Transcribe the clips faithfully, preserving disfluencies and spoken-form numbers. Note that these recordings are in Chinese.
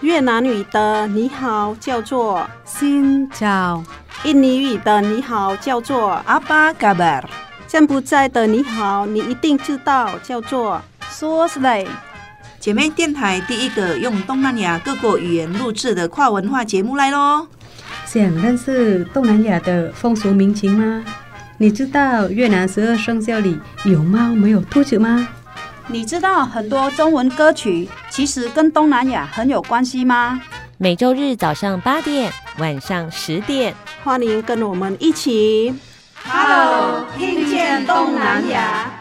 越南语的你好叫做 Xin chào， 印尼语的你好叫做 Apa kabar， 柬埔寨的你好你一定知道叫做 Suoslay。 姐妹电台第一个用东南亚各国语言录制的跨文化节目来咯。 想认识东南亚的风俗民情吗？你知道越南十二生肖里有猫没有兔子吗？ 你知道很多中文歌曲其实跟东南亚很有关系吗？ 每周日早上八点，晚上十点， 欢迎跟我们一起 Hello， 听见东南亚。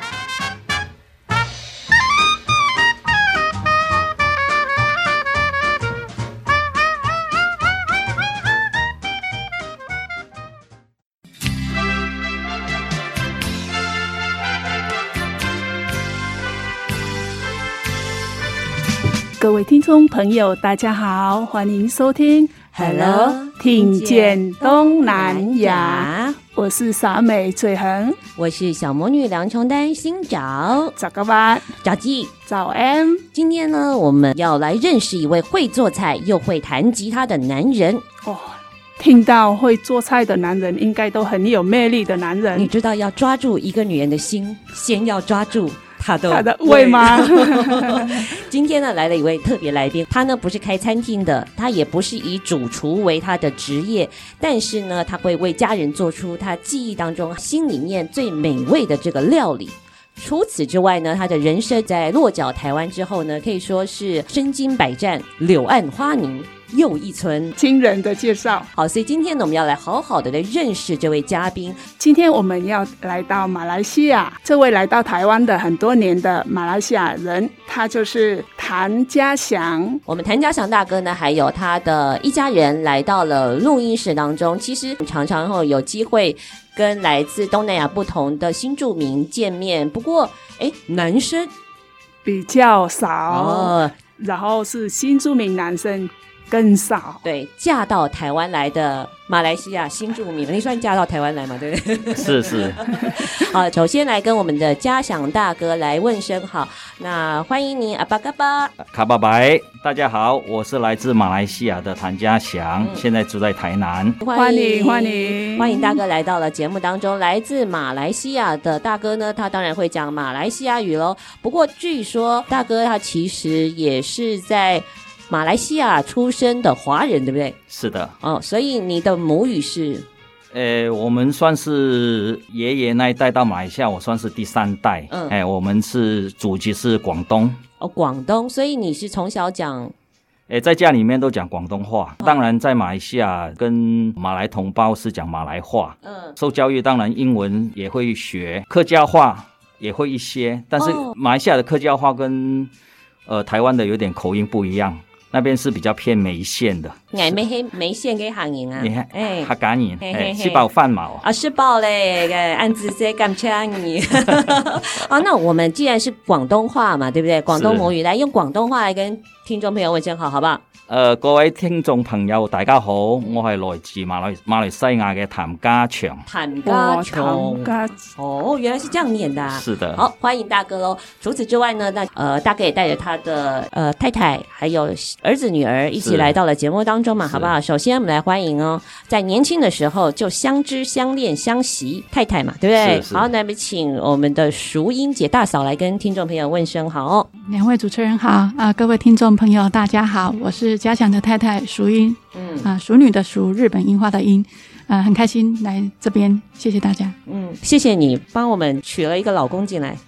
各位听众朋友大家好，欢迎收听 Hello 听见东南亚，我是傻美翠恒， 我是小魔女梁琼丹新找早个晚早记早安。 今天呢，我们要来认识一位会做菜又会弹吉他的男人哦。听到会做菜的男人应该都很有魅力的男人。 你知道要抓住一个女人的心，先要抓住他的他的胃吗？ 今天呢，来了一位特别来宾，他呢不是开餐厅的，他也不是以主厨为他的职业，但是呢，他会为家人做出他记忆当中心里面最美味的这个料理。除此之外呢，他的人生在落脚台湾之后呢，可以说是身经百战，柳暗花明又一村， 惊人的介绍。 好，所以今天呢，我们要来好好的来认识这位嘉宾。 今天我们要来到马来西亚，这位来到台湾的很多年的马来西亚人，他就是谭家祥。 我们谭家祥大哥呢，还有他的一家人来到了录音室当中。其实常常后有机会跟来自东南亚不同的新住民见面，不过哎，男生比较少哦， 然后是新住民男生更少。 对，嫁到台湾来的马来西亚新住民，你算嫁到台湾来嘛？对不对？ 是是。 好，首先来跟我们的家祥大哥来问声好，那欢迎你阿巴嘎巴卡巴白，大家好，我是来自马来西亚的谭家祥，嗯、现在住在台南。 欢迎欢迎欢迎大哥来到了节目当中。来自马来西亚的大哥呢，他当然会讲马来西亚语咯。不过据说大哥他其实也是在马来西亚出生的华人，对不对？ 是的。 哦，所以你的母语是？ 呃，我们算是爷爷那一代到马来西亚，我算是第三代。嗯，哎，我们是祖籍是广东。 哦，广东，所以你是从小讲？ 哎，在家里面都讲广东话，哦、当然在马来西亚跟马来同胞是讲马来话。嗯，受教育当然英文也会学，客家话也会一些，但是马来西亚的客家话跟呃台湾的有点口音不一样。那边是比较偏梅县的， 哎，梅黑梅县给行人啊， 哎，客家人，哎，吃饱饭嘛， 啊，吃饱嘞，按字在干呛你。啊，那我们既然是广东话嘛，对不对？广东母语来用广东话来跟听众朋友问声好，好不好？ 呃，各位聽眾朋友大家好，我係來自馬來馬來西亞嘅譚家祥。 譚家祥， 哦， 原來是這樣念的、啊。 是的。 好，歡迎大哥嘍。除此之外呢，那呃大哥也帶着他的呃太太還有兒子女兒一起來到了節目當中嘛，好不好？首先我們來歡迎哦，在年輕的時候就相知相戀相惜太太嘛，對不對？好，那麼請我們的淑英姐大嫂來跟聽眾朋友問聲好哦。 兩位主持人好啊、呃，各位聽眾朋友大家好，我是家祥的太太淑英，嗯啊，淑女的淑，日本樱花的樱，啊，很開心來這邊，謝謝大家。 嗯，謝謝你幫我們娶了一個老公進來。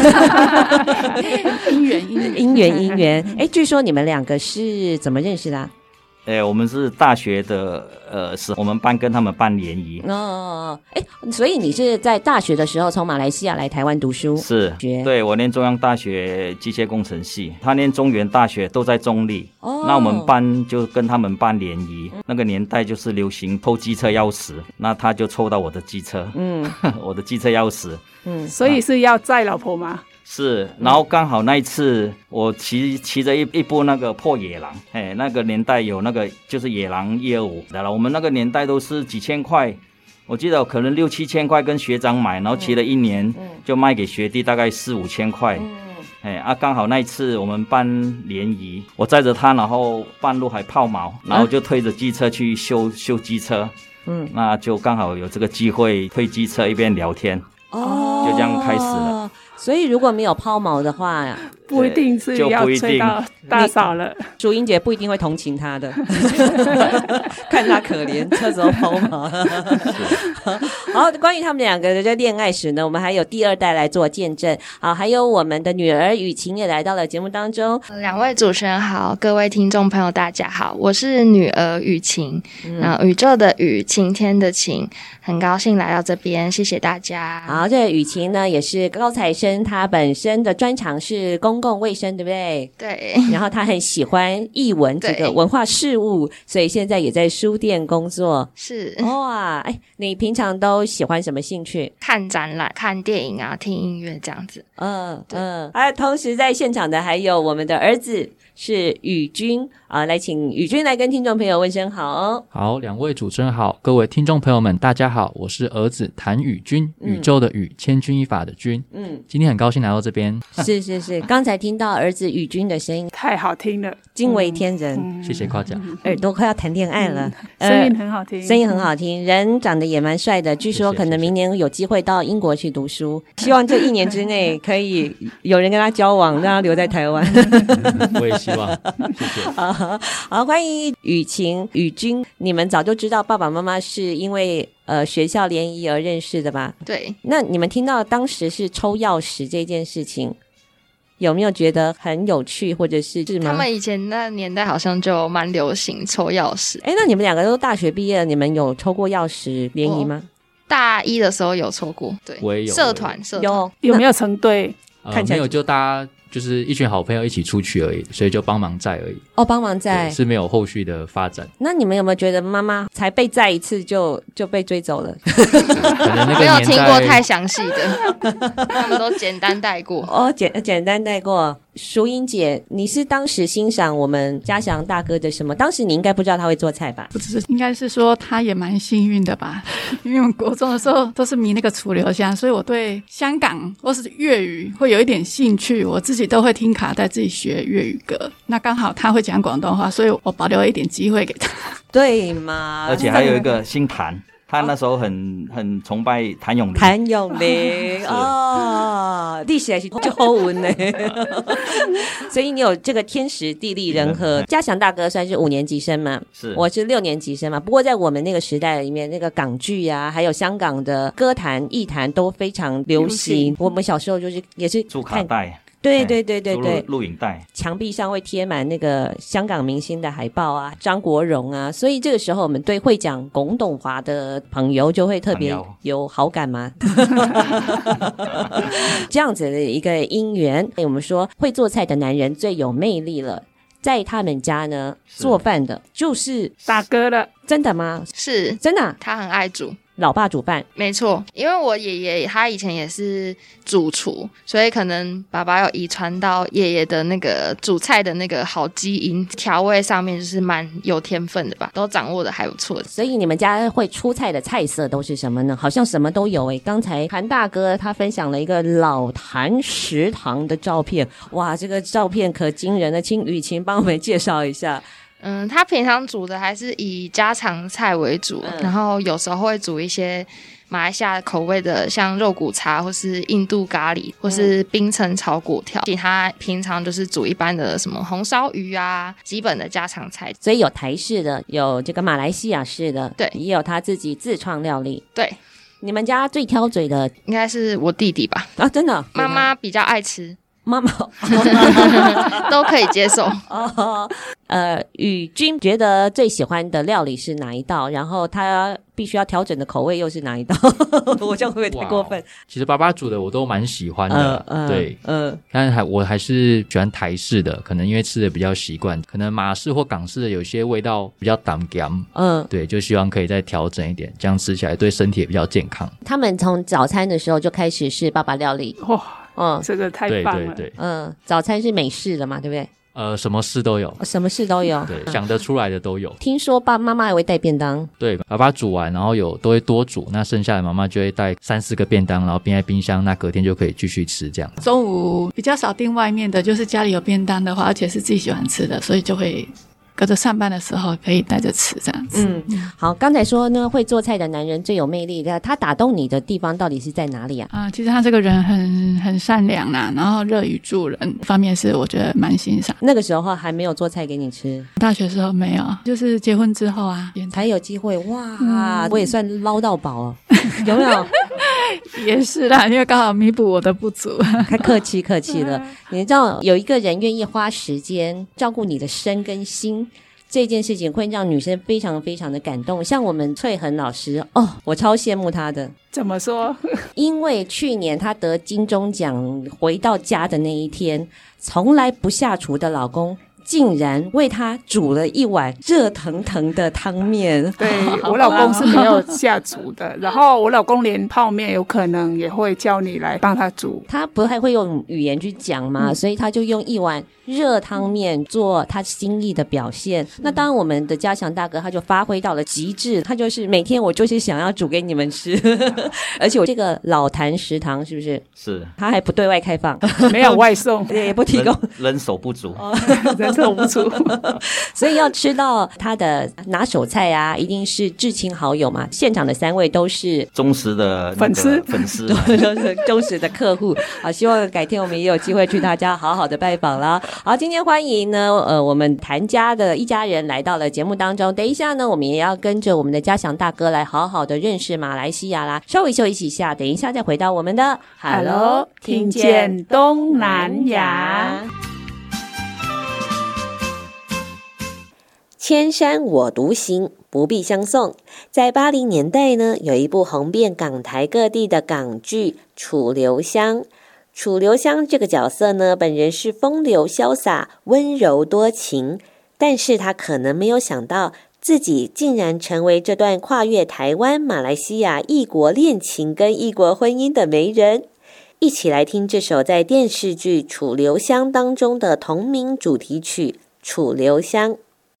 姻緣姻緣姻緣姻緣，哎，據說你們兩個是怎麼認識的、啊？ 誒，我們是大學的，呃，是我們班跟他們班聯誼。 哦，哎，所以你是在大學的時候從馬來西亞來台灣讀書？ 是，對，我念中央大學機械工程系，他念中原大學，都在中壢。哦，那我們班就跟他們班聯誼、嗯，那個年代就是流行偷機車鑰匙，那他就抽到我的機車，嗯，我的機車鑰匙， 嗯，所以是要載老婆嗎？ 是，然後剛好那一次我騎騎着一一部那個破野狼，哎，那個年代有那個就是野狼一二五的了，我們那個年代都是幾千塊，我記得可能六七千塊跟學長買，然後騎了一年就賣給學弟大概四五千塊。嗯哎啊，刚好那一次我们办联谊，我载着他，然后半路还抛锚，然后就推着机车去修修机车，嗯，那就刚好有这个机会推机车一边聊天，哦，就这样开始了。 所以如果没有抛锚的话， 不一定是要催到大嫂了。 淑英姐不一定会同情他的，看他可怜，车子都抛锚了。好，关于他们两个的这恋爱史呢，我们还有第二代来做见证。好，还有我们的女儿雨晴也来到了节目当中。 两位主持人好，各位听众朋友大家好，我是女儿雨晴，嗯、宇宙的雨，晴天的晴，很高兴来到这边，谢谢大家。 好，这雨晴呢也是高材生，她本身的专长是公共卫生，对不对？ 对。 然后她很喜欢艺文这个文化事物，所以现在也在书店工作。 是。 哇，哎，你平常都喜欢什么兴趣？ 看展览、看电影啊，听音乐这样子。 嗯嗯。哎，同时在现场的还有我们的儿子是宇君啊，来请宇君来跟听众朋友问声好哦。 好，两位主持人好，各位听众朋友们大家好，我是儿子谭宇君，宇宙的宇，千钧一发的君。嗯，今天很高兴来到这边。 是是是，刚才听到儿子宇君的声音太好听了， 惊为天人。 嗯、谢谢夸奖。 耳朵快要谈恋爱了， 嗯、声音很好听， 声音很好听，人长得也蛮帅的。据说可能明年有机会到英国去读书，希望这一年之内可以有人跟他交往，让他留在台湾。 我也希望。谢谢。 好，好，欢迎雨晴、宇君，你们早就知道爸爸妈妈是因为呃学校联谊而认识的吧？ 对。 那你们听到当时是抽钥匙这件事情，有没有觉得很有趣，或者是是吗？ 他们以前那年代好像就蛮流行抽钥匙。 哎，那你们两个都大学毕业了，你们有抽过钥匙联谊吗？ 大一的时候有抽过，对， 我也有。 社团社团有有没有成对？ 呃、看起来没有，就大家就是一群好朋友一起出去而已，所以就帮忙载而已。 哦，帮忙载是没有后续的发展。 那你们有没有觉得妈妈才被载一次就就被追走了？ 可能那个没有听过太详细的，他们都简单带过。 哦，简简单带过。淑英姐，你是当时欣赏我们嘉祥大哥的什么？当时你应该不知道他会做菜吧？ 不是，应该是说他也蛮幸运的吧？因为我们国中的时候都是迷那个楚留香，所以我对香港或是粤语会有一点兴趣，我自己都会听卡带自己学粤语歌。那刚好他会讲广东话，所以我保留一点机会给他。 对嘛？ 而且还有一个姓谭。他那时候很很崇拜谭咏麟， 谭咏麟哦，历史还是就好文呢，所以你有这个天时地利人和。嘉祥大哥算是五年级生嘛， 是， 我是六年级生嘛。不过在我们那个时代里面，那个港剧啊，还有香港的歌坛、艺坛都非常流行。我们小时候就是也是租卡带。 对对对对对， 录影带， 墙壁上会贴满那个香港明星的海报啊，张国荣啊，所以这个时候我们对会讲广东话的朋友就会特别有好感嘛。这样子的一个姻缘，我们说会做菜的男人最有魅力了。在他们家呢，做饭的就是大哥了。 真的吗？ 是真的、啊， 他很爱煮。 老爸煮饭， 没错，因为我爷爷他以前也是主厨，所以可能爸爸有遗传到爷爷的那个煮菜的那个好基因，调味上面就是蛮有天分的吧，都掌握的还不错。 所以你们家会出菜的菜色都是什么呢？好像什么都有诶、欸。刚才谭大哥他分享了一个老谭食堂的照片，哇，这个照片可惊人了，请雨晴帮我们介绍一下。 嗯，他平常煮的还是以家常菜为主、嗯、然后有时候会煮一些马来西亚口味的，像肉骨茶或是印度咖喱或是冰城炒粿条、嗯、其他平常就是煮一般的什么红烧鱼啊，基本的家常菜。 所以有台式的，有这个马来西亚式的， 对，也有他自己自创料理。 对，你们家最挑嘴的应该是我弟弟吧？ 啊，真的， 妈妈比较爱吃， 妈妈都可以接受。 哦，呃，宇君觉得最喜欢的料理是哪一道？然后他必须要调整的口味又是哪一道？我这样会不会太过分？ 其实爸爸煮的我都蛮喜欢的，呃呃、对，嗯、呃，但还我还是喜欢台式的，可能因为吃的比较习惯，可能马式或港式的有些味道比较淡咸，嗯，对，就希望可以再调整一点，这样吃起来对身体也比较健康。 他们从早餐的时候就开始是爸爸料理， 哇。嗯，这个太棒了。 对对对， 嗯，早餐是美式的嘛，对不对？ 呃，什么事都有， 哦、什么事都有， 对，想得出来的都有。 听说爸妈妈还会带便当， 对，爸爸煮完，然后有都会多煮，那剩下的妈妈就会带三四个便当，然后冰在冰箱，那隔天就可以继续吃这样。 中午比较少订外面的，就是家里有便当的话，而且是自己喜欢吃的，所以就会隔着上班的时候可以带着吃这样子。 嗯，好，刚才说呢，会做菜的男人最有魅力的，他打动你的地方到底是在哪里啊？ 啊、呃，其实他这个人很很善良啦，然后乐于助人方面是我觉得蛮欣赏。 那个时候还没有做菜给你吃， 大学时候没有，就是结婚之后啊才有机会。哇、嗯，我也算捞到宝了，有没有？ 也是啦，因为刚好弥补我的不足。 太客气客气了。你知道有一个人愿意花时间照顾你的身跟心，这件事情会让女生非常非常的感动。像我们翠恒老师哦，我超羡慕她的。 怎么说？ 因为去年她得金钟奖回到家的那一天，从来不下厨的老公竟然为他煮了一碗热腾腾的汤面。 对，我老公是没有下厨的，然后我老公连泡面有可能也会叫你来帮他煮。 他不太会用语言去讲嘛、嗯、所以他就用一碗热汤面做他心意的表现、嗯、那当然我们的嘉祥大哥他就发挥到了极致，他就是每天我就是想要煮给你们吃而且我这个老坛食堂是不是是他还不对外开放没有外送也不提供， 人, 人手不足人手不足所以要吃到他的拿手菜啊一定是至亲好友嘛，现场的三位都是忠实的粉丝粉丝都是忠实的客户好，希望改天我们也有机会去他家好好的拜访啦。好，今天欢迎呢呃我们谭家的一家人来到了节目当中，等一下呢我们也要跟着我们的嘉祥大哥来好好的认识马来西亚啦，稍微休息一下，等一下再回到我们的 Hello 听见东南亚。 千山我独行，不必相送。在八零年代呢，有一部红遍港台各地的港剧《楚留香》。楚留香这个角色呢，本人是风流潇洒、温柔多情，但是他可能没有想到，自己竟然成为这段跨越台湾、马来西亚异国恋情跟异国婚姻的媒人。一起来听这首在电视剧《楚留香》当中的同名主题曲《楚留香》。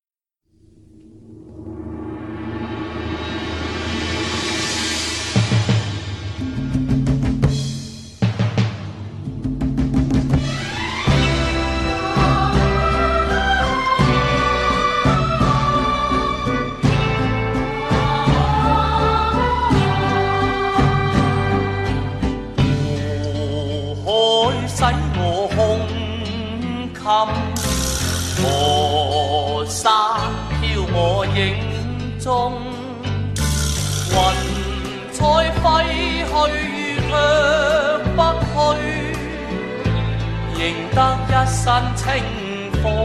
河山飄我影中，雲彩揮去卻不去，仍得一身清風。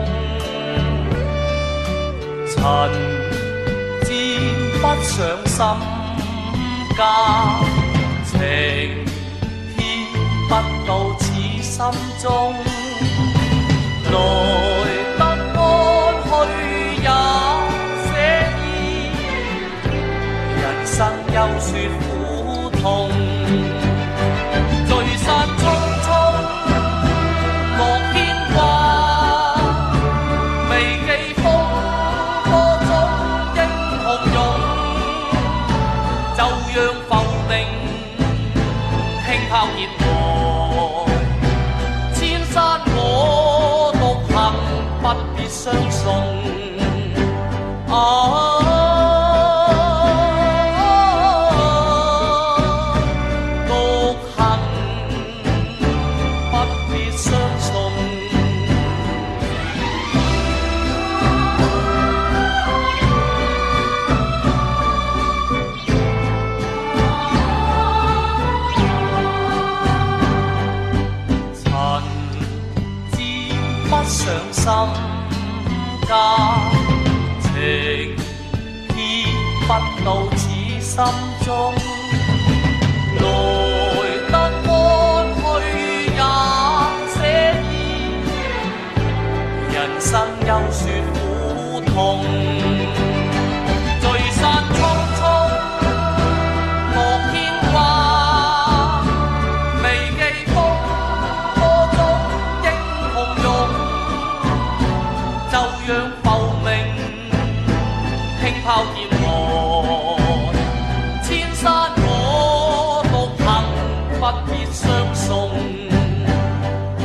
塵沾不上心間，情牽不到此心中。來得安去也寫意，人生休說苦痛，聚散匆匆莫牽掛，未記風波中英雄勇，就讓浮名輕拋結我，千山我不必相送啊，獨行不必相送。塵沾不上心間，情牽不到此心中，來得安去也寫意，人生休說苦痛，聚散匆匆莫牽掛，未記風波中英雄勇。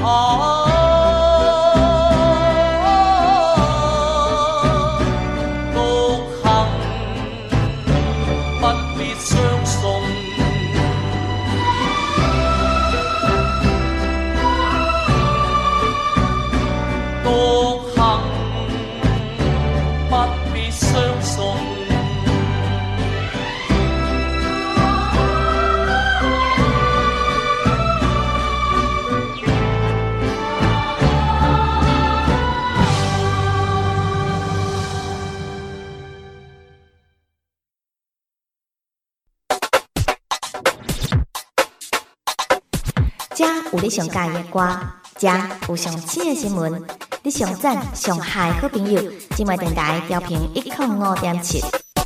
遮有你上喜欢的歌，遮有上新的新闻，你上赞上嗨好朋友，今晚电台调频一零五点七。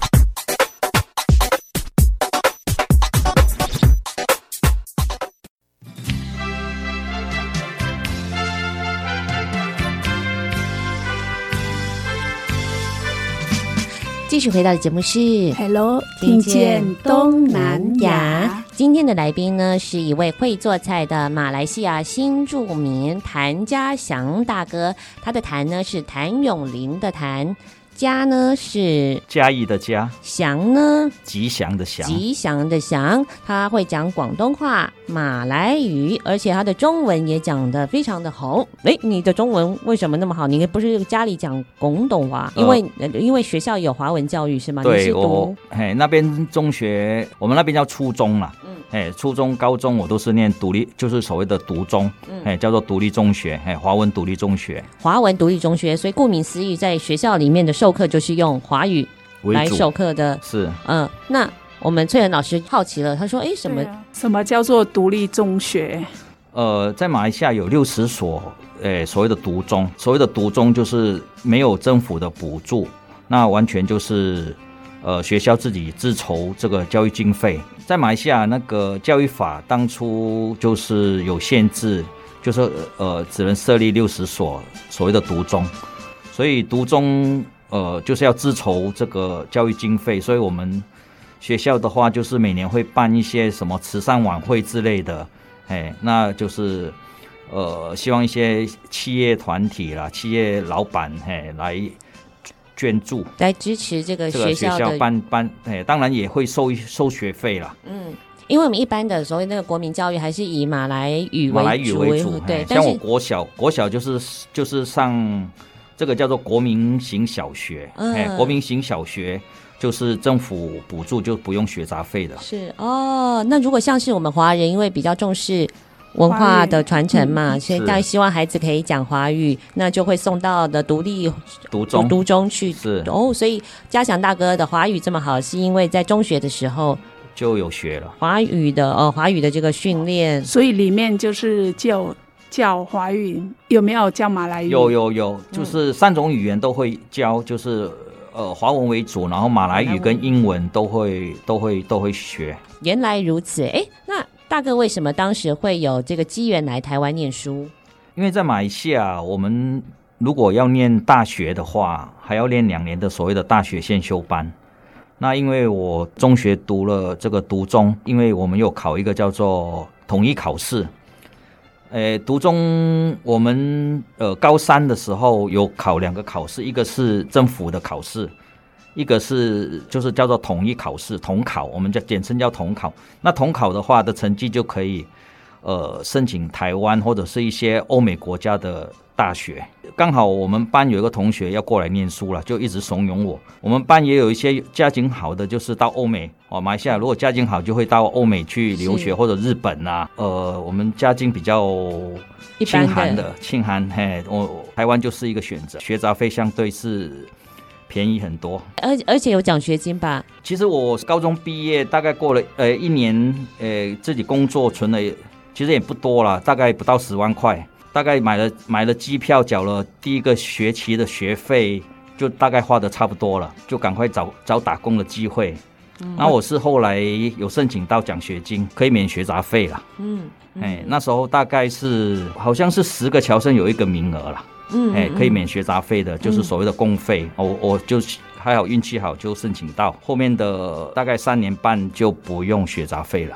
继续回到的节目是 Hello， 听见东南亚。 今天的来宾呢，是一位会做菜的马来西亚新住民谭家祥大哥，他的谭呢是谭咏麟的谭，家呢是嘉义的家， 祥呢吉祥的祥， 吉祥的祥。他会讲广东话、马来语，而且他的中文也讲得非常的好。哎，你的中文为什么那么好？你不是家里讲广东话？因为、呃、因为学校有华文教育是吗？ 对， 你是读我嘿那边中学，我们那边叫初中啦。嗯，哎，初中、高中我都是念独立，就是所谓的独中，嗯，哎，叫做独立中学，哎，华文独立中学。 华文独立中学，所以顾名思义，在学校里面的授课就是用华语来授课的。 是， 嗯，那我们翠仁老师好奇了，他说：“哎，什么、 啊、什么叫做独立中学？” 呃，在马来西亚有六十所，诶，所谓的独中，所谓的独中就是没有政府的补助，那完全就是呃学校自己自筹这个教育经费。在马来西亚那个教育法当初就是有限制，就是呃只能设立六十所所谓的独中，所以独中呃就是要自筹这个教育经费，所以我们学校的话就是每年会办一些什么慈善晚会之类的。哎，那就是呃，希望一些企业团体啦、企业老板嘿来捐助， 来支持这个学校的、 这个、学校办办，哎，当然也会收收学费啦。 嗯，因为我们一般的所谓那个国民教育还是以马来语为主， 马来语为主， 对。 像我国小，国小就是就是上这个叫做国民型小学，哎、嗯，国民型小学。就是政府补助就不用学杂费的。 是哦，那如果像是我们华人，因为比较重视文化的传承嘛，所以当然希望孩子可以讲华语，那就会送到的独立独中独中去。 是哦，所以家祥大哥的华语这么好，是因为在中学的时候就有学了华语的哦，华语的这个训练， 所以里面就是教教华语，有没有教马来语？ 有有有，就是三种语言都会教，就是呃华文为主，然后马来语跟英文都会都会都会学。 原来如此，哎，那大哥为什么当时会有这个机缘来台湾念书？ 因为在马来西亚，我们如果要念大学的话，还要念两年的所谓的大学先修班。那因为我中学读了这个独中，因为我们有考一个叫做统一考试。呃，独中我们呃高三的时候有考两个考试，一个是政府的考试，一个是就是叫做统一考试，统考，我们叫简称叫统考。那统考的话的成绩就可以呃申请台湾或者是一些欧美国家的大学。刚好我们班有一个同学要过来念书了，就一直怂恿我。我们班也有一些家境好的，就是到欧美哦，马来西亚如果家境好就会到欧美去留学，或者日本啊。呃，我们家境比较清寒的，清寒嘿，我台湾就是一个选择，学杂费相对是便宜很多， 而而且有奖学金吧？ 其实我高中毕业大概过了呃一年，呃自己工作存了，其实也不多了，大概不到十万块。大概买了买了机票，缴了第一个学期的学费，就大概花的差不多了，就赶快找找打工的机会。嗯，那我是后来有申请到奖学金，可以免学杂费了。嗯，哎，那时候大概是好像是十个侨生有一个名额了。嗯，哎，可以免学杂费的，就是所谓的公费。我、嗯、我就还好运气好，就申请到。后面的大概三年半就不用学杂费了。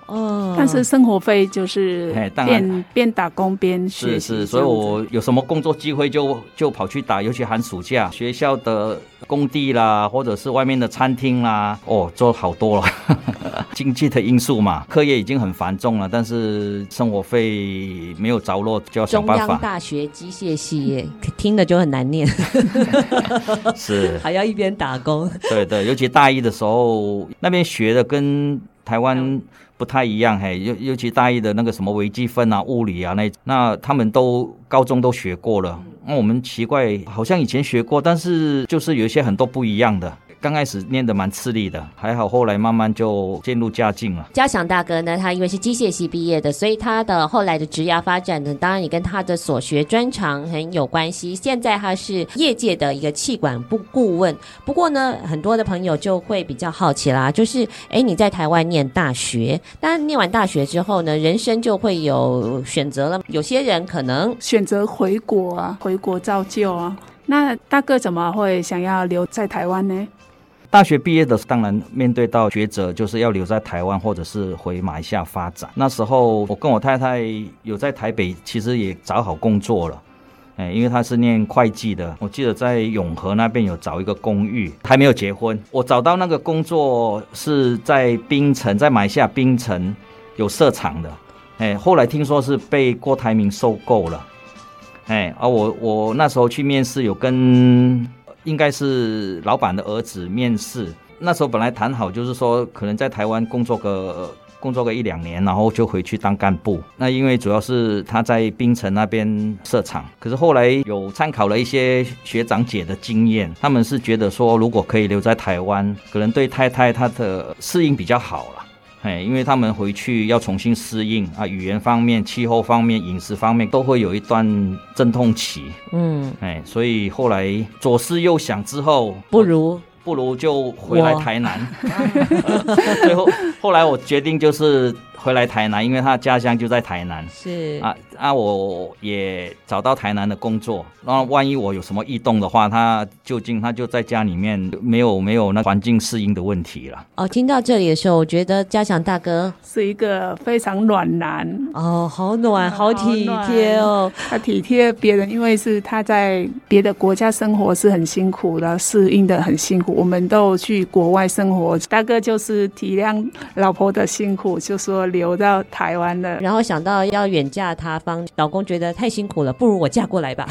哦，但是生活费就是边边打工边学习， 是是，所以我有什么工作机会就就跑去打，尤其寒暑假，学校的工地啦，或者是外面的餐厅啦，哦，做好多了。经济的因素嘛，课业已经很繁重了，但是生活费没有着落，就要想办法。 中央大学机械系耶，听的就很难念。 是， 还要一边打工。 对对，尤其大一的时候，那边学的跟台湾不太一样，嘿，尤尤其大一的那个什么微积分啊、物理啊，那那他们都高中都学过了。那我们奇怪，好像以前学过，但是就是有一些很多不一样的。刚开始念得蛮吃力的，还好后来慢慢就渐入佳境了。 嘉祥大哥呢，他因为是机械系毕业的，所以他的后来的职涯发展呢，当然也跟他的所学专长很有关系。现在他是业界的一个企管部顾问。不过呢，很多的朋友就会比较好奇啦，就是哎，你在台湾念大学，但念完大学之后呢，人生就会有选择了。有些人可能选择回国啊，回国造就啊。那大哥怎么会想要留在台湾呢？ 大学毕业的当然面对到抉择，就是要留在台湾或者是回马来西亚发展。那时候我跟我太太有在台北其实也找好工作了，哎，因为她是念会计的，我记得在永和那边有找一个公寓，还没有结婚。我找到那个工作是在槟城，在马来西亚槟城有设厂的，哎，后来听说是被郭台铭收购了，哎，啊我我那时候去面试有跟应该是老板的儿子面试，那时候本来谈好就是说可能在台湾工作个工作个一两年，然后就回去当干部。那因为主要是他在槟城那边设厂，可是后来有参考了一些学长姐的经验，他们是觉得说如果可以留在台湾，可能对太太她的适应比较好了。哎，因为他们回去要重新适应啊，语言方面、气候方面、饮食方面都会有一段阵痛期。嗯，哎，所以后来左思右想之后， 不如不如就回来台南。最后后来我决定就是回来台南，因为他家乡就在台南。 是啊啊，我也找到台南的工作。然后万一我有什么异动的话，他就近他就在家里面，没有没有那环境适应的问题了。 哦，听到这里的时候，我觉得嘉祥大哥是一个非常暖男哦，好暖，好体贴哦。 他体贴别人，因为是他在别的国家生活是很辛苦的，适应的很辛苦。我们都去国外生活，大哥就是体谅老婆的辛苦，就说留到台湾了。 然后想到要远嫁他方，老公觉得太辛苦了，不如我嫁过来吧。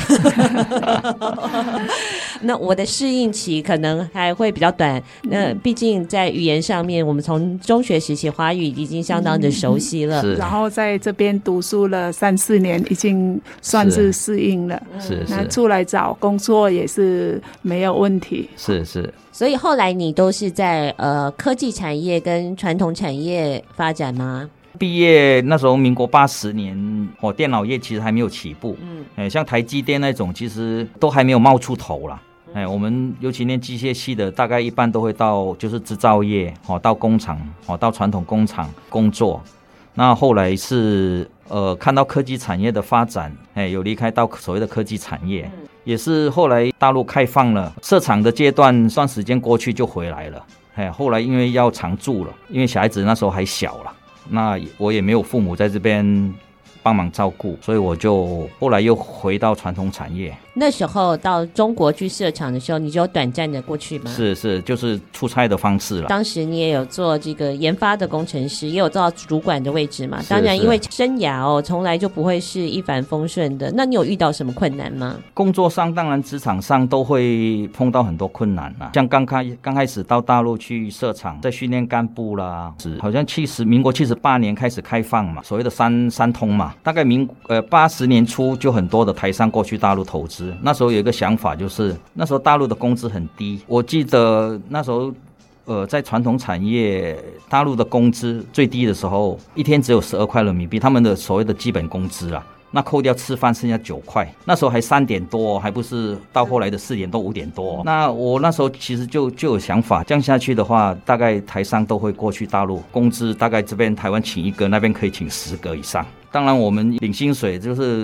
那我的适应期可能还会比较短，那毕竟在语言上面，我们从中学时期华语已经相当的熟悉了， 嗯、然后在这边读书了三四年，已经算是适应了。 是是， 那出来找工作也是没有问题。 是是。 所以后来你都是在呃科技产业跟传统产业发展吗？ 毕业那时候民国八十年，哦，电脑业其实还没有起步，嗯，哎，像台积电那种其实都还没有冒出头啦。哎，我们尤其念机械系的，大概一般都会到就是制造业，哦，到工厂，哦，到传统工厂工作。那后来是呃看到科技产业的发展，哎，有离开到所谓的科技产业，嗯、也是后来大陆开放了设厂的阶段，算时间过去就回来了。哎，后来因为要常住了，因为小孩子那时候还小了。那我也没有父母在这边帮忙照顾，所以我就后来又回到传统产业。 那时候到中国去设厂的时候，你就有短暂的过去吗？ 是是，就是出差的方式了。 当时你也有做这个研发的工程师，也有做到主管的位置嘛？当然，因为生涯哦，从来就不会是一帆风顺的。那你有遇到什么困难吗？ 工作上，当然职场上都会碰到很多困难啦。像刚开刚开始到大陆去设厂，在训练干部啦，是好像七十民国七十八年开始开放嘛，所谓的三三通嘛，大概民呃八十年初就很多的台商过去大陆投资。那时候有一个想法，就是那时候大陆的工资很低，我记得那时候呃在传统产业，大陆的工资最低的时候一天只有十二块人民币，他们的所谓的基本工资啊，那扣掉吃饭剩下九块，那时候还三点多，还不是到后来的四点多五点多。那我那时候其实就就有想法，这样下去的话，大概台商都会过去大陆，工资大概这边台湾请一个，那边可以请十个以上。当然我们领薪水就是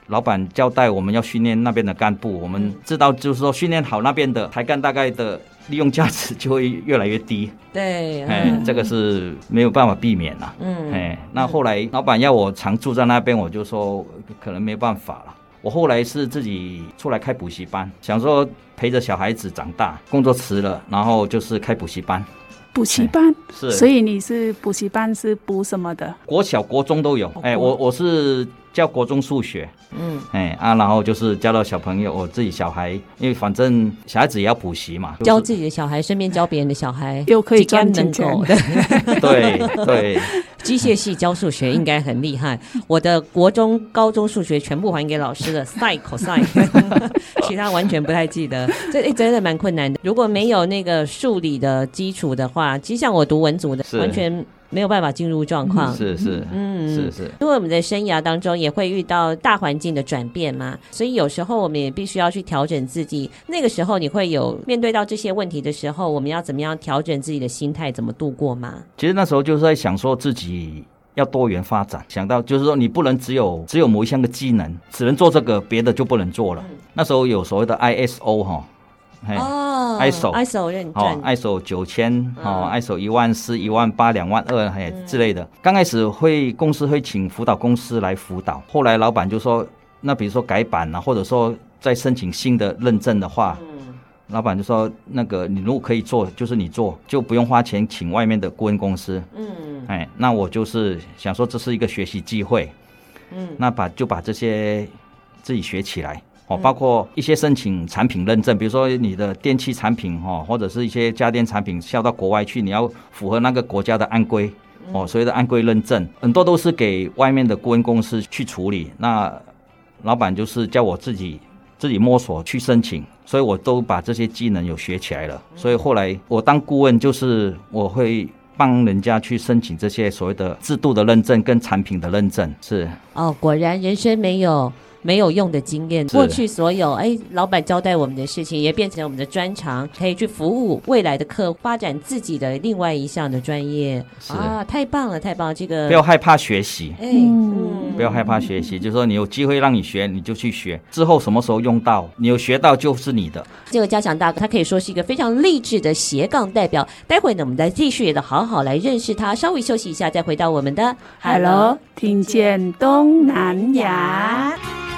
老板交代我们要训练那边的干部，我们知道就是说训练好那边的台干，大概的利用价值就会越来越低。 对， 哎、嗯，这个是没有办法避免啦。嗯，哎，那后来老板要我常住在那边，我就说可能没办法了。我后来是自己出来开补习班，想说陪着小孩子长大，工作辞了，然后就是开补习班。 补习班、欸、 是， 所以你是补习班是补什么的？ 国小、国中都有。哎、欸，我我是教国中数学，嗯，哎、欸、啊，然后就是教到小朋友，我自己小孩，因为反正小孩子也要补习嘛， 教自己的小孩，顺便教别人的小孩， 又可以赚钱。 对对。 机械系教数学应该很厉害，我的国中、高中数学全部还给老师了 ，sin、cos， 其他完全不太记得，这、欸、真的蛮困难的。如果没有那个数理的基础的话，其实像我读文组的，完全没有办法进入状况。 是是，嗯，是是。 因为我们的生涯当中也会遇到大环境的转变嘛，所以有时候我们也必须要去调整自己。那个时候你会有面对到这些问题的时候，我们要怎么样调整自己的心态，怎么度过吗？ 其实那时候就是在想说自己要多元发展，想到就是说你不能只有只有某一项的技能，只能做这个，别的就不能做了。嗯、那时候有所谓的 I S O 哈。 哦 ，I S O，I S O 认证， 哦 ，I S O 九千，哦 ，I S O 一万四、一万八、两万二，哎之类的。刚开始会公司会请辅导公司来辅导，后来老板就说，那比如说改版啊，或者说再申请新的认证的话，嗯、老板就说，那个你如果可以做，就是你做，就不用花钱请外面的顾问公司。嗯，哎，那我就是想说这是一个学习机会，嗯，那把就把这些自己学起来。哦，包括一些申请产品认证，比如说你的电器产品哦，或者是一些家电产品销到国外去，你要符合那个国家的安规哦，所谓的安规认证，很多都是给外面的顾问公司去处理。那老板就是叫我自己自己摸索去申请，所以我都把这些技能有学起来了。所以后来我当顾问，就是我会帮人家去申请这些所谓的制度的认证跟产品的认证。是哦，果然人生没有没有用的经验，过去所有哎，老板交代我们的事情也变成我们的专长，可以去服务未来的客户，发展自己的另外一项的专业啊，太棒了，太棒了！这个不要害怕学习， 哎，嗯， 不要害怕学习，就是说你有机会让你学，你就去学，之后什么时候用到，你有学到就是你的。 这个嘉祥大哥，他可以说是一个非常励志的斜杠代表。待会呢，我们再继续的好好来认识他。稍微休息一下，再回到我们的 Hello， 听见东南亚。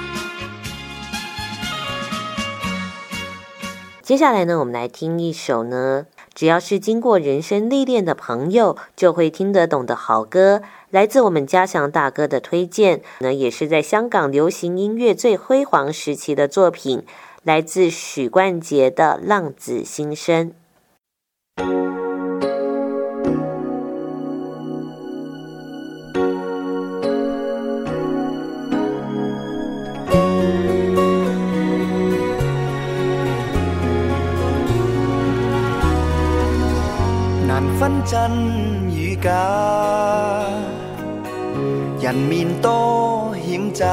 接下来呢，我们来听一首呢，只要是经过人生历练的朋友就会听得懂的好歌，来自我们嘉祥大哥的推荐呢，也是在香港流行音乐最辉煌时期的作品，来自许冠杰的《浪子心声》。 分真與假，人面多險詐，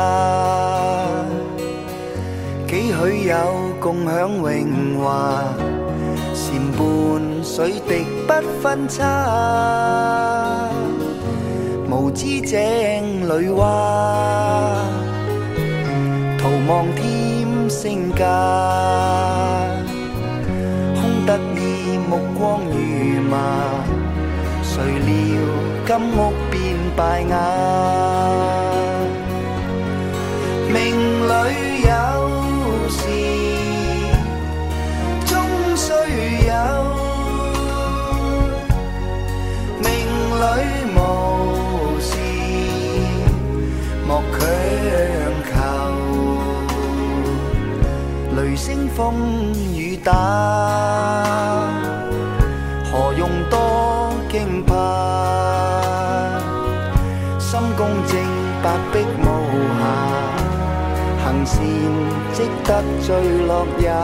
幾許有共享榮華，禪伴水滴不分差，無知井裏蛙，徒望添身價，空得意目光如麻，誰料金屋變敗瓦，命裏有時終須有，命裏無事莫強求，雷聲風雨打，何用多驚怕？心公正，白璧無瑕，行善積得最樂也。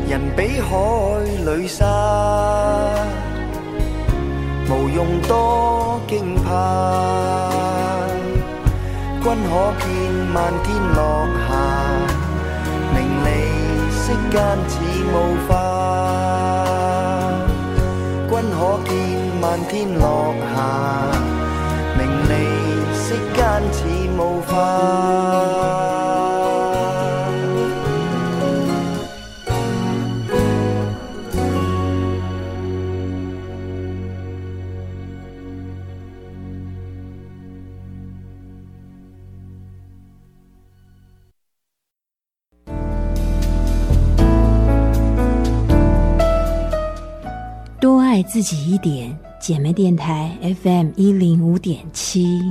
人比海里沙，無用多驚怕。君可見漫天落霞，名利息間似霧化。君可見漫天落霞，名利息間似霧化。 多爱自己一点，姐妹电台 F M 一零五点七。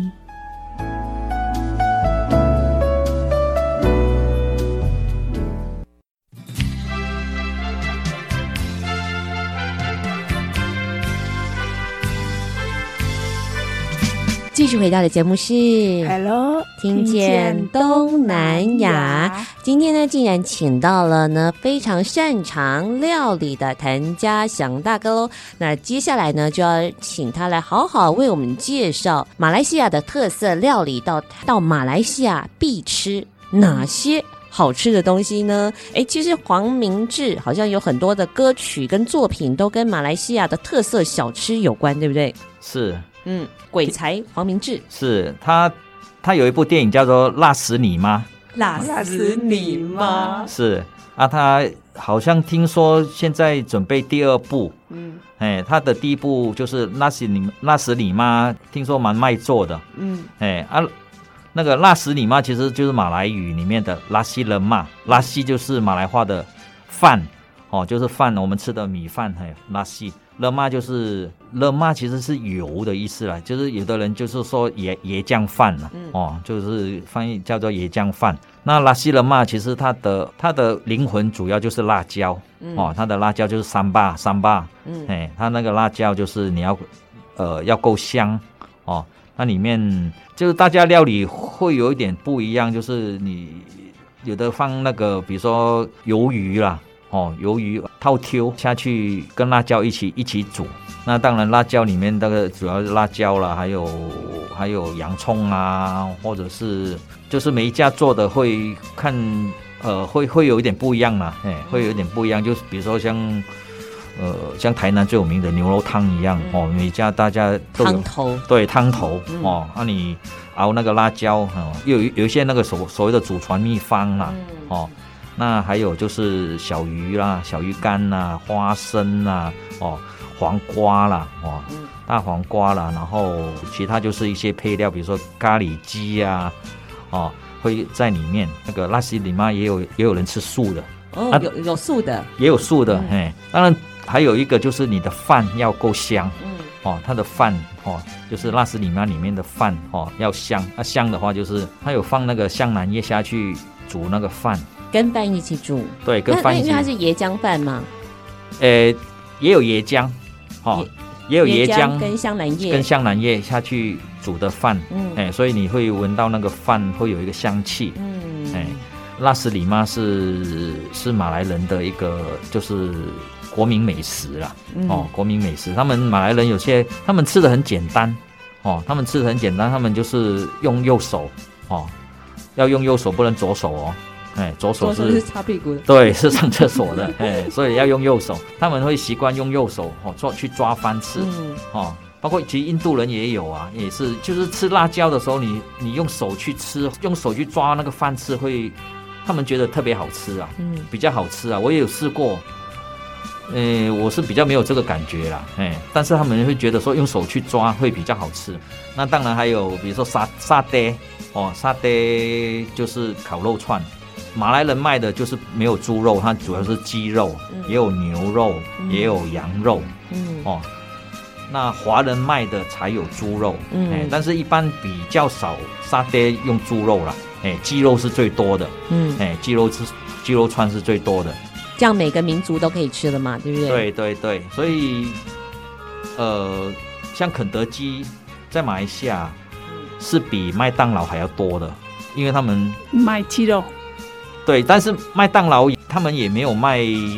继续回到的节目是 Hello 听见东南亚。今天呢，竟然请到了呢非常擅长料理的谭家祥大哥喽。那接下来呢，就要请他来好好为我们介绍马来西亚的特色料理，到到马来西亚必吃哪些好吃的东西呢？哎，其实黄明志好像有很多的歌曲跟作品都跟马来西亚的特色小吃有关，对不对？ 是。 嗯，鬼才黄明志是他，他有一部电影叫做《辣死你妈》， 辣死你妈是啊，他好像听说现在准备第二部，嗯，哎，他的第一部就是辣死你辣死你妈，听说蛮卖座的，嗯，哎啊，那个辣死你妈其实就是马来语里面的拉西人嘛，拉西就是马来话的饭哦，就是饭，我们吃的米饭，嘿，拉西。勒玛就是勒玛，其实是油的意思啦，就是有的人就是说椰椰浆饭啦，嗯、哦，就是翻译叫做椰浆饭。那拉西勒玛其实它的它的灵魂主要就是辣椒，嗯、哦，它的辣椒就是三巴三巴，嗯，哎，它那个辣椒就是你要呃要够香哦，那里面就是大家料理会有一点不一样，就是你有的放那个比如说鱿鱼啦。哦，鱿鱼套丢下去跟辣椒一起一起煮，那当然辣椒里面那个主要是辣椒啦，还有还有洋葱啊，或者是就是每一家做的会看呃会会有一点不一样啦，哎，会有一点不一样，就是比如说像呃像台南最有名的牛肉汤一样，哦，每一家大家都有汤头， 对汤头，嗯、哦，那、啊、你熬那个辣椒，哦、有有一些那个所所谓的祖传秘方啦，嗯、哦。那还有就是小鱼啦、小鱼干啦、花生啦、哦、黄瓜啦、哦、大黄瓜啦，然后其他就是一些配料，比如说咖喱鸡啊，哦，会在里面。那个拉西里妈也有也有人吃素的， 哦，啊、有有素的， 也有素的，嗯、嘿。当然还有一个就是你的饭要够香，嗯，哦，它的饭哦，就是拉西里妈里面的饭哦要香，那、啊、香的话就是它有放那个香兰叶下去煮那个饭。 跟饭一起煮， 对，跟饭一起煮。 因为它是椰浆饭嘛， 呃，也有椰浆，哦，也, 也有椰浆跟香兰叶， 跟香兰叶下去煮的饭，嗯，哎，所以你会闻到那个饭会有一个香气，嗯，哎，拉斯里妈是是马来人的一个就是国民美食啦，嗯、哦，国民美食，他们马来人有些他们吃的很简单，哦，他们吃的很简单，他们就是用右手，哦，要用右手，不能左手哦。哎，左手 是, 左手是擦屁股的， 对，是上厕所的，哎，所以要用右手。他们会习惯用右手哦，做去抓饭吃，嗯、哦，包括其实印度人也有啊，也是，就是吃辣椒的时候，你你用手去吃，用手去抓那个饭吃，会他们觉得特别好吃啊，嗯，比较好吃啊。我也有试过，呃，我是比较没有这个感觉啦，哎，但是他们会觉得说用手去抓会比较好吃。那当然还有比如说沙沙爹哦，沙爹就是烤肉串。马来人卖的就是没有猪肉，它主要是鸡肉，嗯、也有牛肉，嗯、也有羊肉，嗯、哦。那华人卖的才有猪肉，嗯哎、但是一般比较少沙爹用猪肉啦，哎，鸡肉是最多的，嗯，哎，鸡肉是鸡肉串是最多的。 这样每个民族都可以吃了嘛，对不对？ 对对对，所以呃，像肯德基在马来西亚是比麦当劳还要多的，因为他们卖鸡肉。 对，但是麦当劳他们也没有卖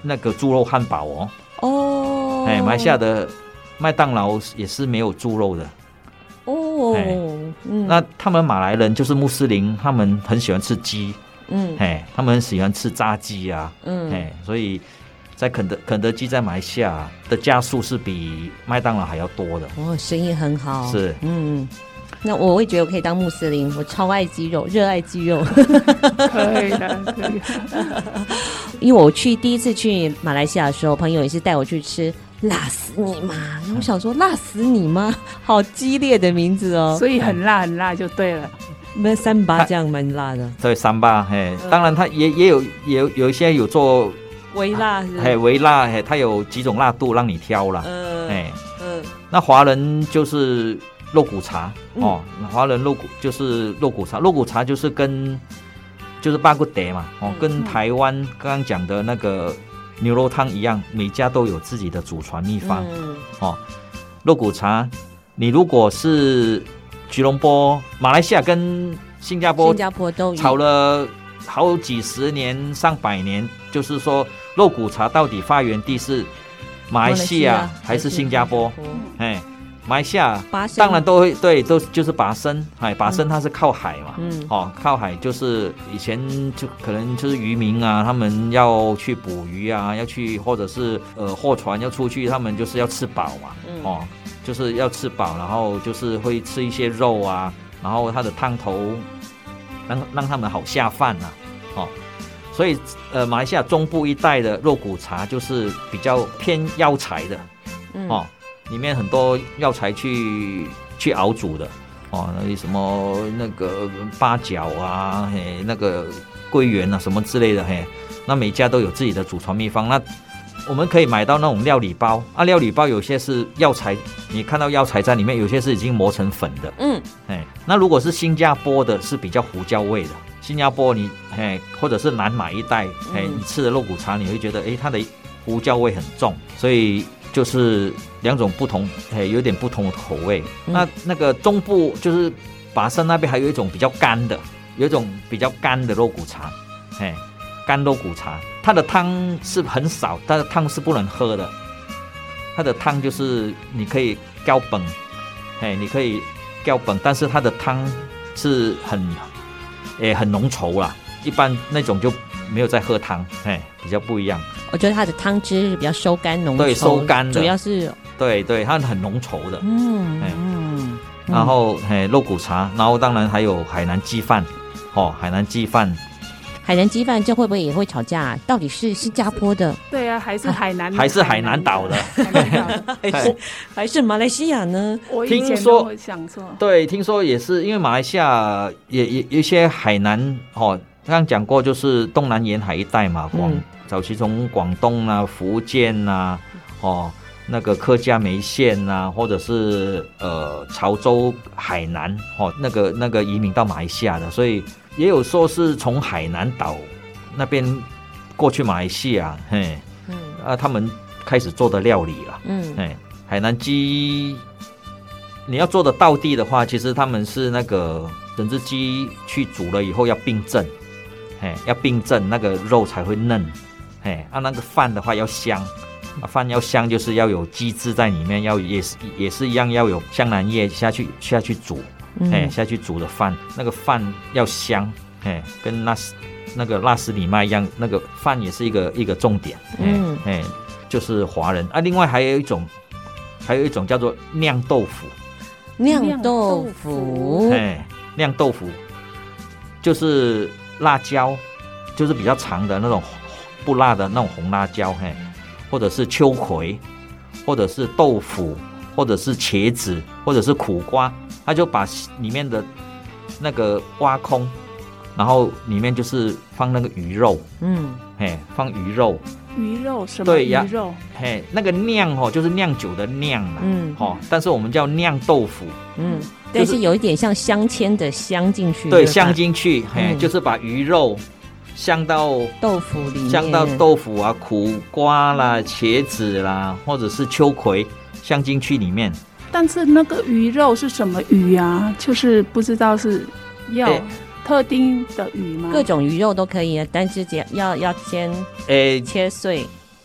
那个猪肉汉堡哦。 哦， 哎，马来西亚的麦当劳也是没有猪肉的。 哦， 嗯，那他们马来人就是穆斯林，他们很喜欢吃鸡。嗯，哎，他们很喜欢吃炸鸡啊。嗯，哎，所以在肯德肯德基在马来西亚的家数是比麦当劳还要多的。 哦，生意很好。 是， 嗯。那我会觉得我可以当穆斯林，我超爱鸡肉，热爱鸡肉。 可以的，可以的。 因为我去第一次去马来西亚的时候，朋友也是带我去吃辣死你妈，然后我想说辣死你妈，好激烈的名字哦， 所以很辣很辣就对了。 那三八这样蛮辣的。 对，三八，嘿，当然它也也有也有有一些有做微辣是， 嘿，微辣，嘿，它有几种辣度让你挑啦。嗯，哎，嗯，那华人就是肉骨茶、嗯、哦，华人肉骨就是肉骨茶，肉骨茶就是跟就是巴骨德嘛，哦，跟台湾刚刚讲的那个牛肉汤一样，每家都有自己的祖传秘方。嗯，哦，肉骨茶，你如果是吉隆坡、马来西亚跟新加坡， 新加坡都炒了好几十年、上百年，就是说肉骨茶到底发源地是马来西亚还是新加坡？哎。马来西亚当然都会对，都就是拔升，哎，拔升它是靠海嘛，嗯，哦，靠海就是以前就可能就是渔民啊，他们要去捕鱼啊，要去或者是呃货船要出去，他们就是要吃饱嘛，嗯、哦，就是要吃饱，然后就是会吃一些肉啊，然后它的汤头让让他们好下饭啊，哦，所以呃马来西亚中部一带的肉骨茶就是比较偏药材的，嗯、哦。里面很多药材去去熬煮的哦，那什么那个八角啊，嘿，那个桂圆啊，什么之类的，嘿，那每家都有自己的祖传秘方。那我们可以买到那种料理包啊，料理包有些是药材，你看到药材在里面，有些是已经磨成粉的，嗯，哎，那如果是新加坡的，是比较胡椒味的。新加坡你哎，或者是南马一带，哎，你吃的肉骨茶，你会觉得哎，它的胡椒味很重，所以。就是两种不同，哎，有点不同的口味。嗯、那那个中部就是拔升那边还有一种比较干的，有一种比较干的肉骨茶，哎，干肉骨茶，它的汤是很少，它的汤是不能喝的。它的汤就是你可以浇本，哎，你可以浇本，但是它的汤是很，哎，很浓稠啦。一般那种就没有在喝汤，哎，比较不一样。 我觉得它的汤汁是比较收干浓稠， 对，收干的， 主要是对对，它很浓稠的，嗯嗯，然后嘿肉骨茶，然后当然还有海南鸡饭，哦，海南鸡饭， 海南鸡饭这会不会也会吵架？到底是新加坡的？ 对啊，还是海南的？ 还是海南岛的？ 还是还是马来西亚呢？ 我以前都会想错， 对，听说也是因为马来西亚也也有一些海南哦。刚刚讲过，就是东南沿海一带嘛，广、嗯、早期从广东啊、福建啊，哦，那个客家梅县啊，或者是呃潮州、海南，哦，那个那个移民到马来西亚的，所以也有说是从海南岛那边过去马来西亚，嘿，嗯，啊，他们开始做的料理了，嗯，哎，海南鸡，你要做的道地的话，其实他们是那个整只鸡去煮了以后要冰镇。要冰镇那个肉才会嫩，哎，啊那个饭的话要香，啊饭要香就是要有鸡汁在里面，要也是也是一样要有香兰叶下去下去煮，哎、嗯、下去煮的饭，那个饭要香，哎跟那那个辣斯里麦一样，那个饭也是一个一个重点，嗯哎就是华人啊，另外还有一种还有一种叫做酿豆腐， 酿豆腐， 哎酿豆腐就是。辣椒就是比较长的那种不辣的那种红辣椒，嘿，或者是秋葵，或者是豆腐，或者是茄子，或者是苦瓜，他就把里面的那个挖空，然后里面就是放那个鱼肉，嗯，嘿，放鱼肉， 鱼肉什么鱼肉？ 嘿，那个酿哦，就是酿酒的酿嘛，嗯，哦，但是我们叫酿豆腐， 嗯。但是有一点像镶嵌的镶进去， 对，镶进去，嘿、嗯，就是把鱼肉镶到豆腐里面， 镶到豆腐啊、苦瓜啦、茄子啦，或者是秋葵镶进去里面。 但是那个鱼肉是什么鱼啊？就是不知道是要特定的鱼吗？ 各种鱼肉都可以，但是要要先诶切碎。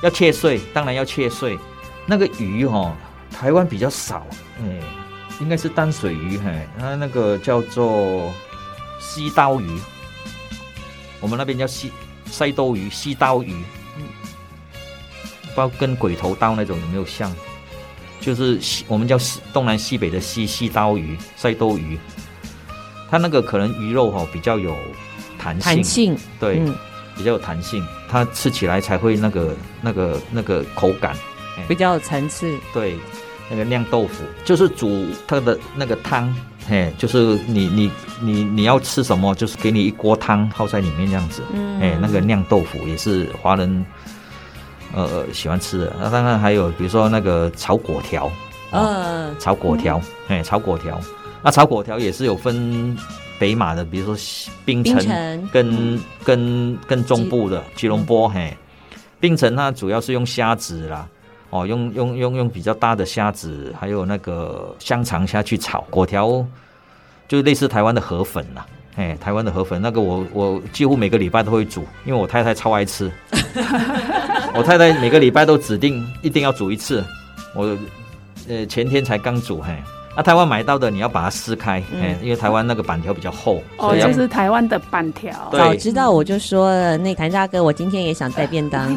要切碎，当然要切碎。那个鱼哦，台湾比较少，哎，应该是淡水鱼，嘿，它那个叫做西刀鱼，我们那边叫西西刀鱼、西刀鱼，嗯，不知道跟鬼头刀那种有没有像？就是我们叫东南西北的西西刀鱼、西刀鱼，它那个可能鱼肉哈、哦、比较有弹性， 弹性对。 嗯， 比较有弹性，它吃起来才会那个那个那个口感， 比较有层次。 对，那个酿豆腐就是煮它的那个汤，嘿，就是你你你你要吃什么，就是给你一锅汤泡在里面这样子。嗯，哎，那个酿豆腐也是华人呃喜欢吃的。那当然还有比如说那个炒粿条，嗯、哦，炒粿条，哎、嗯，炒粿条，那炒粿条也是有分。北马的，比如说槟城跟、嗯、跟跟中部的吉隆坡，嘿，槟城它主要是用虾子啦，哦，用用用用比较大的虾子，还有那个香肠下去炒粿条，就类似台湾的河粉啦，哎，台湾的河粉那个我我几乎每个礼拜都会煮，因为我太太超爱吃，我太太每个礼拜都指定一定要煮一次，我呃前天才刚煮，嘿。啊，台湾买到的你要把它撕开，嗯、因为台湾那个板条比较厚。 哦，这是台湾的板条。 早知道我就说了，那谭大哥，我今天也想带便当。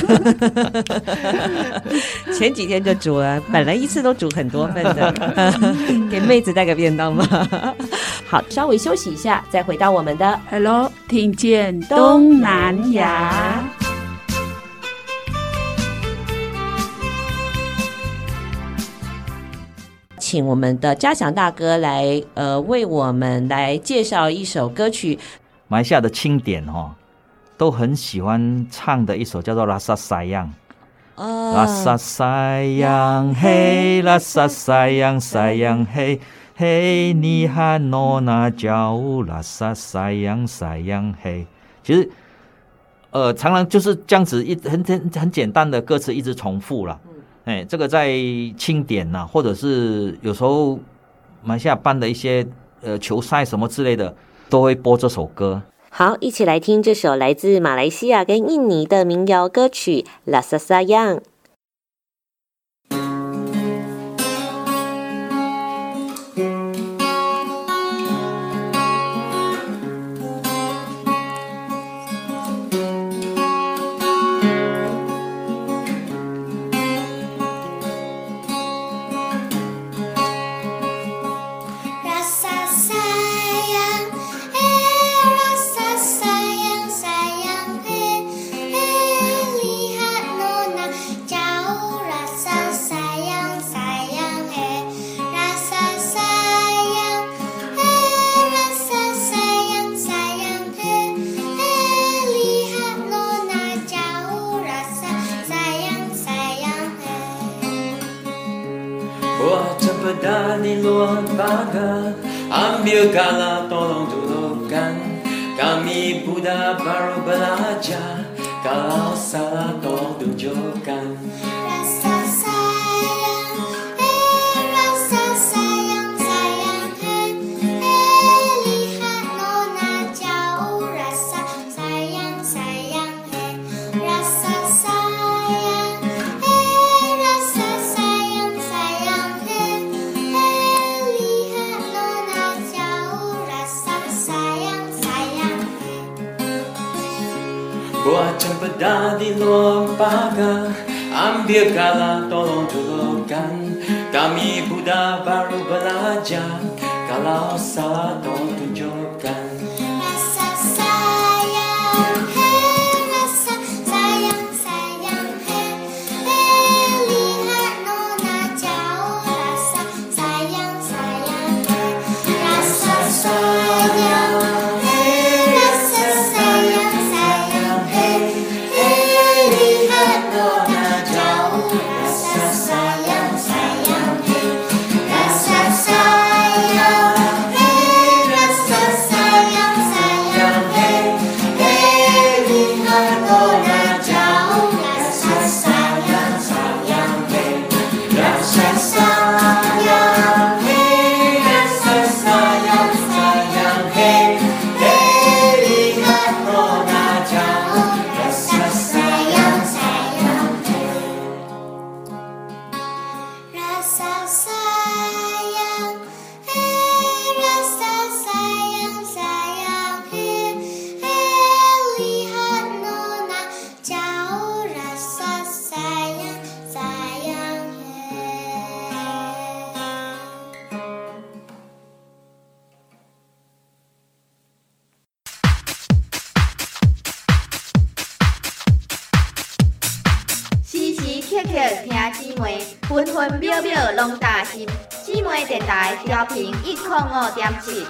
前几天就煮了，本来一次都煮很多份的，给妹子带个便当吧。好，稍微休息一下，再回到我们的 Hello， 听见东南亚。 请我们的嘉祥大哥来，呃，为我们来介绍一首歌曲。 马来西亚的青点哦，都很喜欢唱的一首叫做《拉萨塞扬》。拉萨塞扬嘿，拉萨塞扬塞扬嘿，嘿你喊诺那叫拉萨塞扬塞扬嘿。其实，呃，常常就是这样子一很很很简单的歌词一直重复了。哎，这个在庆典呐、啊，或者是有时候马来西亚办的一些呃球赛什么之类的，都会播这首歌。 好，一起来听这首来自马来西亚跟印尼的民谣歌曲《拉萨塞扬》。 Ambil galah tolong dudukkan, kami Buddha baru belajar, kalau salah tolong tunjukkan. Rasa sayang, eh rasa sayang, sayang eh, eh lihat nona jauh, rasa sayang, sayang eh, rasa sayang, eh rasa sayang, sayang eh, eh lihat nona jauh, rasa sayang, sayang eh. Buat cempeda di luar pagar, ambil galah tolong dudukkan, kami Buddha baru belajar, kalau salah tolong tunjukkan. Rasa sayang, hey rasa sayang, sayang hey, hey lihat nona jauh, rasa sayang, sayang hey, rasa sayang, hey rasa sayang, sayang hey, hey lihat nona jauh, rasa sayang, sayang hey, rasa sayang, hey rasa 刻刻听姊妹，分分秒秒拢担心。姊妹电台调频一零五点七。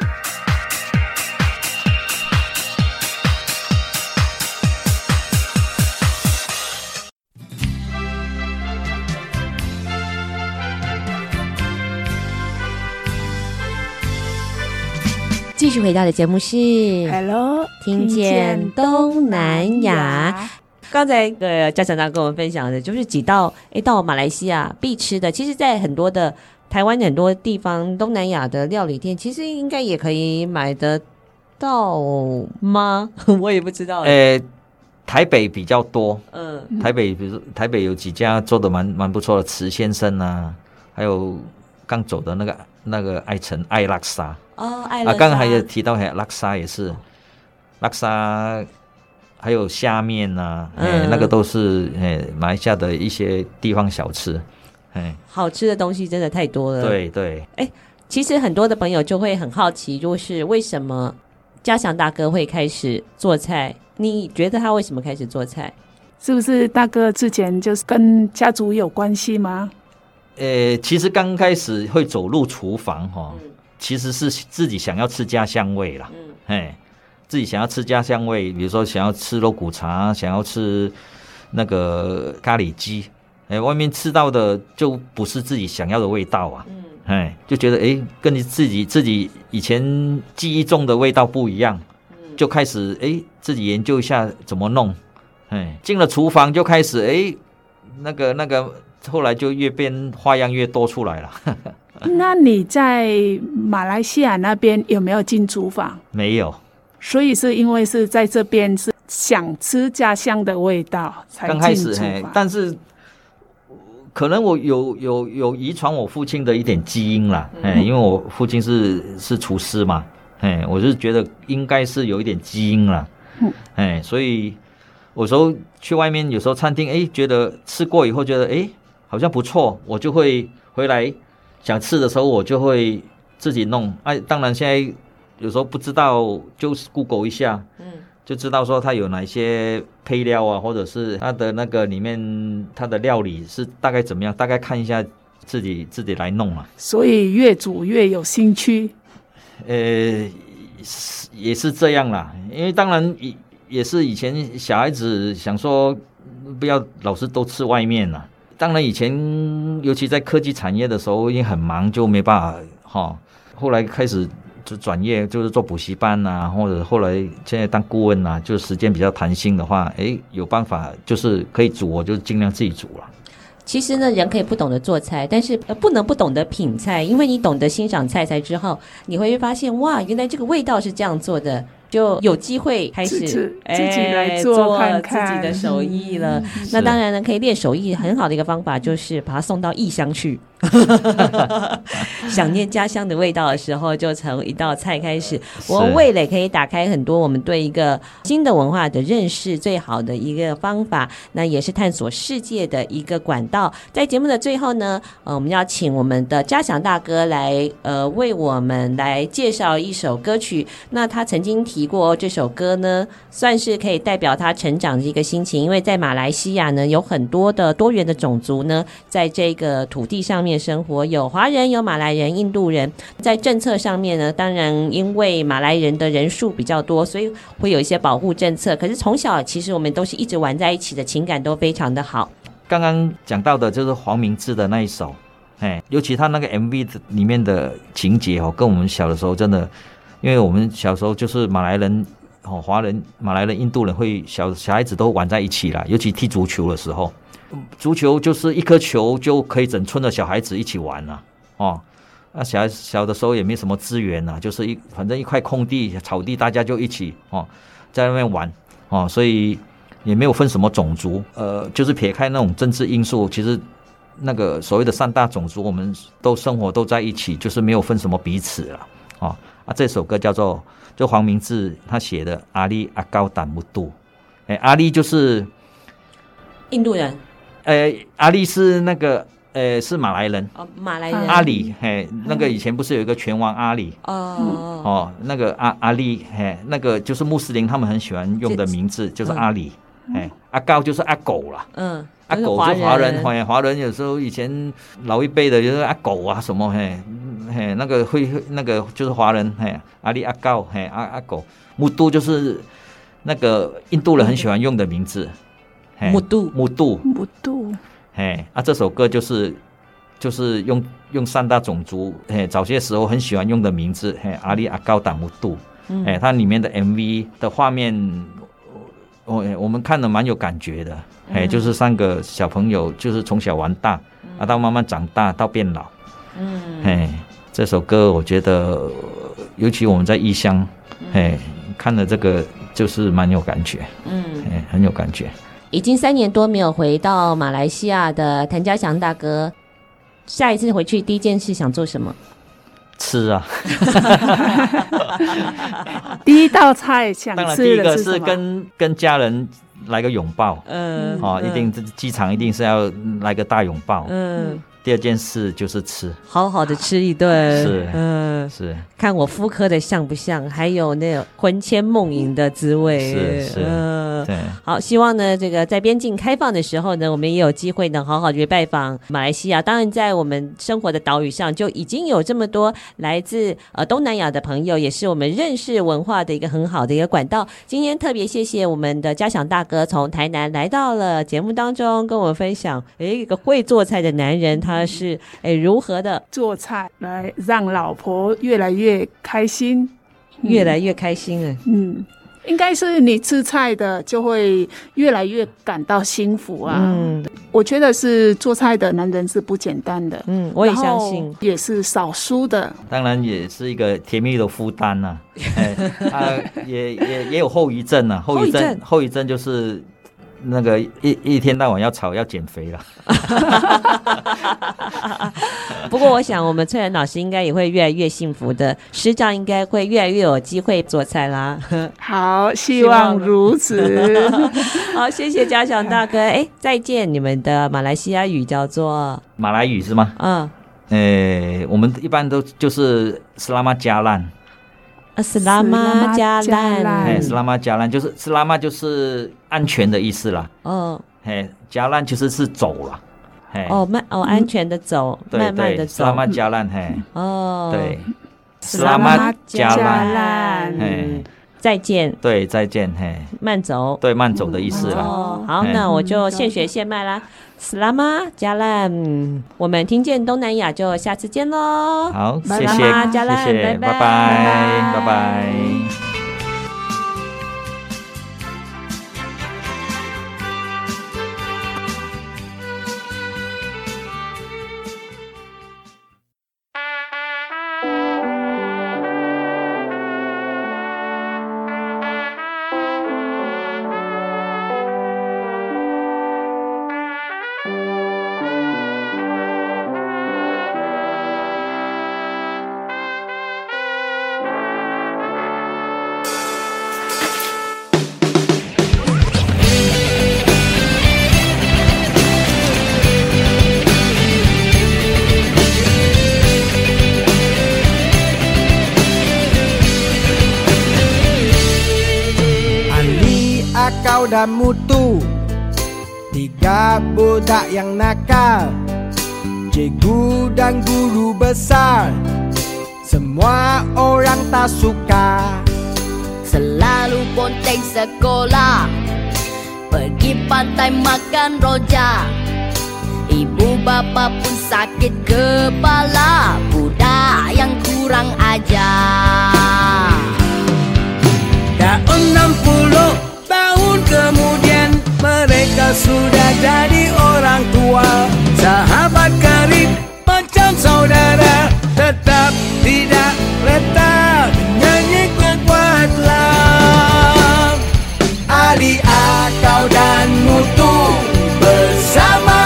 继续回到的节目是 Hello 听见东南亚。刚才呃家长大跟我们分享的就是几道诶到马来西亚必吃的，其实在很多的台湾很多地方东南亚的料理店其实应该也可以买得到吗？我也不知道。 呃台北比较多， 嗯， 台北比如台北有几家做的蛮蛮不错的，池先生啊，还有刚走的那个那个爱城爱拉沙哦，爱拉沙啊，刚刚还有提到拉沙也是拉沙。还有虾面啊，哎、嗯，那个都是哎马来西亚的一些地方小吃，哎， 好吃的东西真的太多了。 对对， 哎，其实很多的朋友就会很好奇，就是为什么嘉祥大哥会开始做菜？你觉得他为什么开始做菜？ 是不是大哥之前就是跟家族有关系吗？ 呃，其实刚开始会走入厨房哈、哦嗯，其实是自己想要吃家乡味啦，嗯，哎。自己想要吃家乡味，比如说想要吃肉骨茶，想要吃那个咖喱鸡，哎，外面吃到的就不是自己想要的味道啊，嗯，哎，就觉得哎，跟你自己自己以前记忆中的味道不一样，嗯，就开始哎自己研究一下怎么弄，哎，进了厨房就开始哎，那个那个，后来就越变花样越多出来了。 那你在马来西亚那边有没有进厨房？ 没有。 所以是因为是在这边是想吃家乡的味道才进厨房。刚开始嘿， 但是可能我有有有遗传我父亲的一点基因啦，嗯、因为我父亲是是厨师嘛，哎，我是觉得应该是有一点基因啦，嗯，哎，所以有时候去外面有时候餐厅，哎，觉得吃过以后觉得哎好像不错，我就会回来想吃的时候我就会自己弄。哎、啊，当然现在。有时候不知道，就是 Google 一下，嗯，就知道说它有哪些配料啊，或者是它的那个里面它的料理是大概怎么样，大概看一下自己自己来弄啊。 所以越煮越有兴趣。 呃，也是这样啦，因为当然也也是以前小孩子想说不要老是都吃外面啦。当然以前尤其在科技产业的时候，因为很忙就没办法哈、哦。后来开始。就转业就是做补习班啊，或者后来现在当顾问啊，就时间比较弹性的话，哎，有办法就是可以煮，我就尽量自己煮了。 其实呢，人可以不懂得做菜，但是不能不懂得品菜，因为你懂得欣赏菜材之后，你会发现哇，原来这个味道是这样做的，就有机会开始自己自己来做看看自己的手艺了。嗯、那当然呢，可以练手艺很好的一个方法就是把它送到异乡去。想念家乡的味道的时候，就从一道菜开始。我们味蕾可以打开很多我们对一个新的文化的认识最好的一个方法，那也是探索世界的一个管道。在节目的最后呢，呃，我们要请我们的嘉祥大哥来呃为我们来介绍一首歌曲。那他曾经提过这首歌呢，算是可以代表他成长的一个心情，因为在马来西亚呢，有很多的多元的种族呢，在这个土地上面生活，有华人，有马来人，印度人。在政策上面呢，当然因为马来人的人数比较多，所以会有一些保护政策。可是从小其实我们都是一直玩在一起的，情感都非常的好。 刚刚讲到的就是黄明志的那一首，哎，尤其他那个 M V 里面的情节哦，跟我们小的时候真的，因为我们小时候就是马来人哦，华人、马来人、印度人会小小孩子都玩在一起啦，尤其踢足球的时候。足球就是一颗球就可以整村的小孩子一起玩了、啊、哦。那小孩小的时候也没什么资源啊，就是一反正一块空地草地，大家就一起哦在那边玩哦，所以也没有分什么种族，呃，就是撇开那种政治因素，其实那个所谓的三大种族，我们都生活都在一起，就是没有分什么彼此了哦。啊，这首歌叫做就黄明志他写的《阿里阿高胆木杜》，哎，阿里就是印度人。 呃，阿里是那个，呃，是马来人。 哦，马来人。 阿里，嘿，那个以前不是有一个拳王阿里？哦。哦，那个阿阿里，嘿，那个就是穆斯林他们很喜欢用的名字，就是阿里。哎、嗯，阿高就是阿狗啦。嗯。 啊狗就华人，嘿，华人有时候以前老一辈的就是啊狗啊什么嘿，嘿那个会那个就是华人嘿，阿里阿高嘿阿阿狗，木都就是那个印度人很喜欢用的名字， 木都木都木都， 嘿啊这首歌就是就是用用三大种族嘿早些时候很喜欢用的名字嘿阿里阿高达木都，嗯，哎它里面的 M V 的画面。我我们看了蛮有感觉的，哎、嗯，就是三个小朋友，就是从小玩大，嗯、啊，到慢慢长大，到变老，嗯，哎，这首歌我觉得，尤其我们在异乡，哎、嗯，看了这个就是蛮有感觉，嗯，哎，很有感觉。 已经三年多没有回到马来西亚的谭家祥大哥，下一次回去第一件事想做什么？ 吃啊！ 第一道菜想吃的是什么？当然，第一个是跟跟家人来个拥抱，嗯，哦，一定机场一定是要来个大拥抱，嗯。第二件事就是吃， 好好的吃一顿， 是，嗯，是， 看我复刻的像不像，还有那个魂牵梦萦的滋味， 是是，嗯，对。 好，希望呢，这个在边境开放的时候呢，我们也有机会呢，好好去拜访马来西亚。当然，在我们生活的岛屿上，就已经有这么多来自呃东南亚的朋友，也是我们认识文化的一个很好的一个管道。今天特别谢谢我们的家祥大哥从台南来到了节目当中，跟我们分享，哎，一个会做菜的男人，他是哎如何的做菜来让老婆越来越开心， 越来越开心了。 嗯，应该是你吃菜的就会越来越感到幸福啊。嗯，我觉得是做菜的男人是不简单的。 嗯，我也相信， 也是少数的。 当然也是一个甜蜜的负担呐、啊。哎，他也也也有后遗症啊，后遗症后遗症就是。那个一一天到晚要吵要减肥了不过我想我们翠兰老师应该也会越来越幸福的，师长应该会越来越有机会做菜啦好，希望如此好，谢谢家祥大哥。哎，再见。你们的马来西亚语叫做马来语是吗？嗯，呃，我们一般都就是斯拉玛加兰， 斯拉玛加兰， 哎，斯拉玛加兰就是斯拉玛就是安全的意思啦。哦，嘿，加兰其实是走了。 哦，慢哦，安全的走， 嗯、 慢慢的走。 斯拉玛加兰，嘿。 哦， 对，斯拉玛加兰， 嘿，再见。 对，再见，嘿。 慢走。 对，慢走的意思啦。 哦，好，那我就现学现卖啦。斯拉玛加兰，我们听见东南亚就下次见喽。 好，谢谢，谢谢，拜拜，拜拜。 Akau dan Mutu, tiga budak yang nakal, cikgu dan guru besar, semua orang tak suka. Selalu ponteng sekolah, pergi pantai makan rojak. Ibu bapa pun sakit kepala, budak yang kurang ajar. Dah enam puluh tahun kemudian mereka sudah jadi orang tua, sahabat karib macam saudara, tetap tidak retak nyanyi kuatlah. Ali Akau dan Mutu bersama,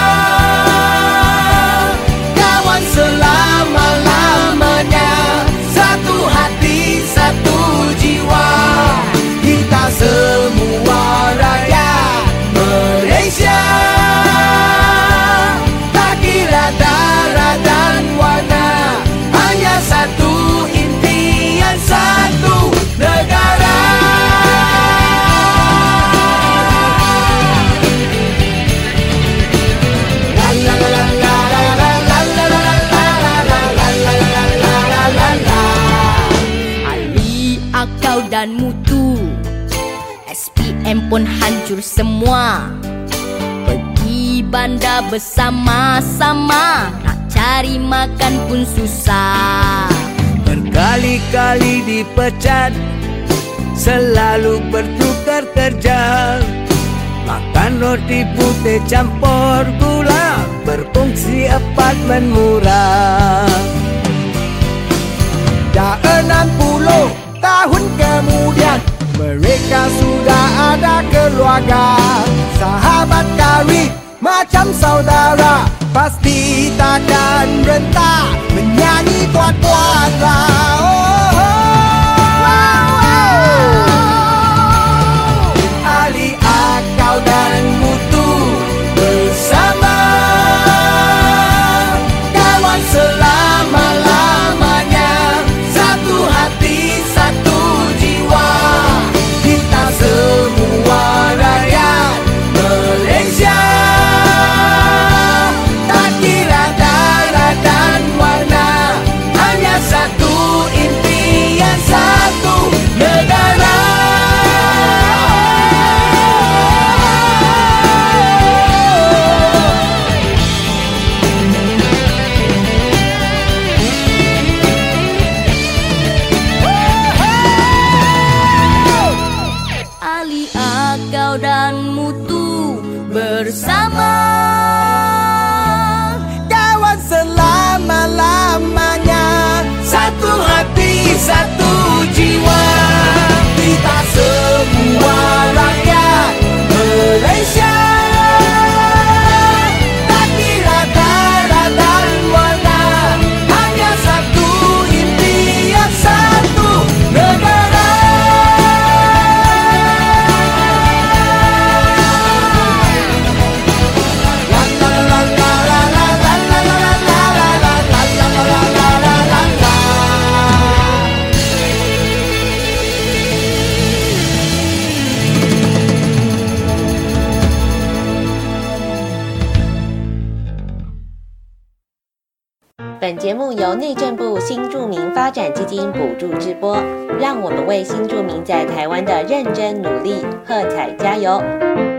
kawan selama-lamanya, satu hati satu jiwa. Kita semua rakyat Malaysia pun hancur semua. Pergi bandar bersama-sama, nak cari makan pun susah. Berkali-kali dipecat, selalu bertukar kerja. Makan roti putih campur gula, berfungsi apartemen murah. Dah enam puluh tahun kemudian, mereka sudah ada keluarga. Sahabat karib macam saudara, pasti takkan rentak menyanyi kuat-kuat lah. Oh, oh, oh. Ali akal dan mutu bersama, kawan selama-lamanya, satu hati satu jiwa. Kita semua rakyat Malaysia, tak kira darah dan warna, hanya satu impian, satu negara. Ali akal dan mutu bersama, kawan selama-lamanya, satu hati satu jiwa. Kita semua rakyat Malaysia, tak kira darah dan warna, hanya satu impian, satu negara. 本节目由内政部新住民发展基金补助直播，让我们为新住民在台湾的认真努力喝彩加油。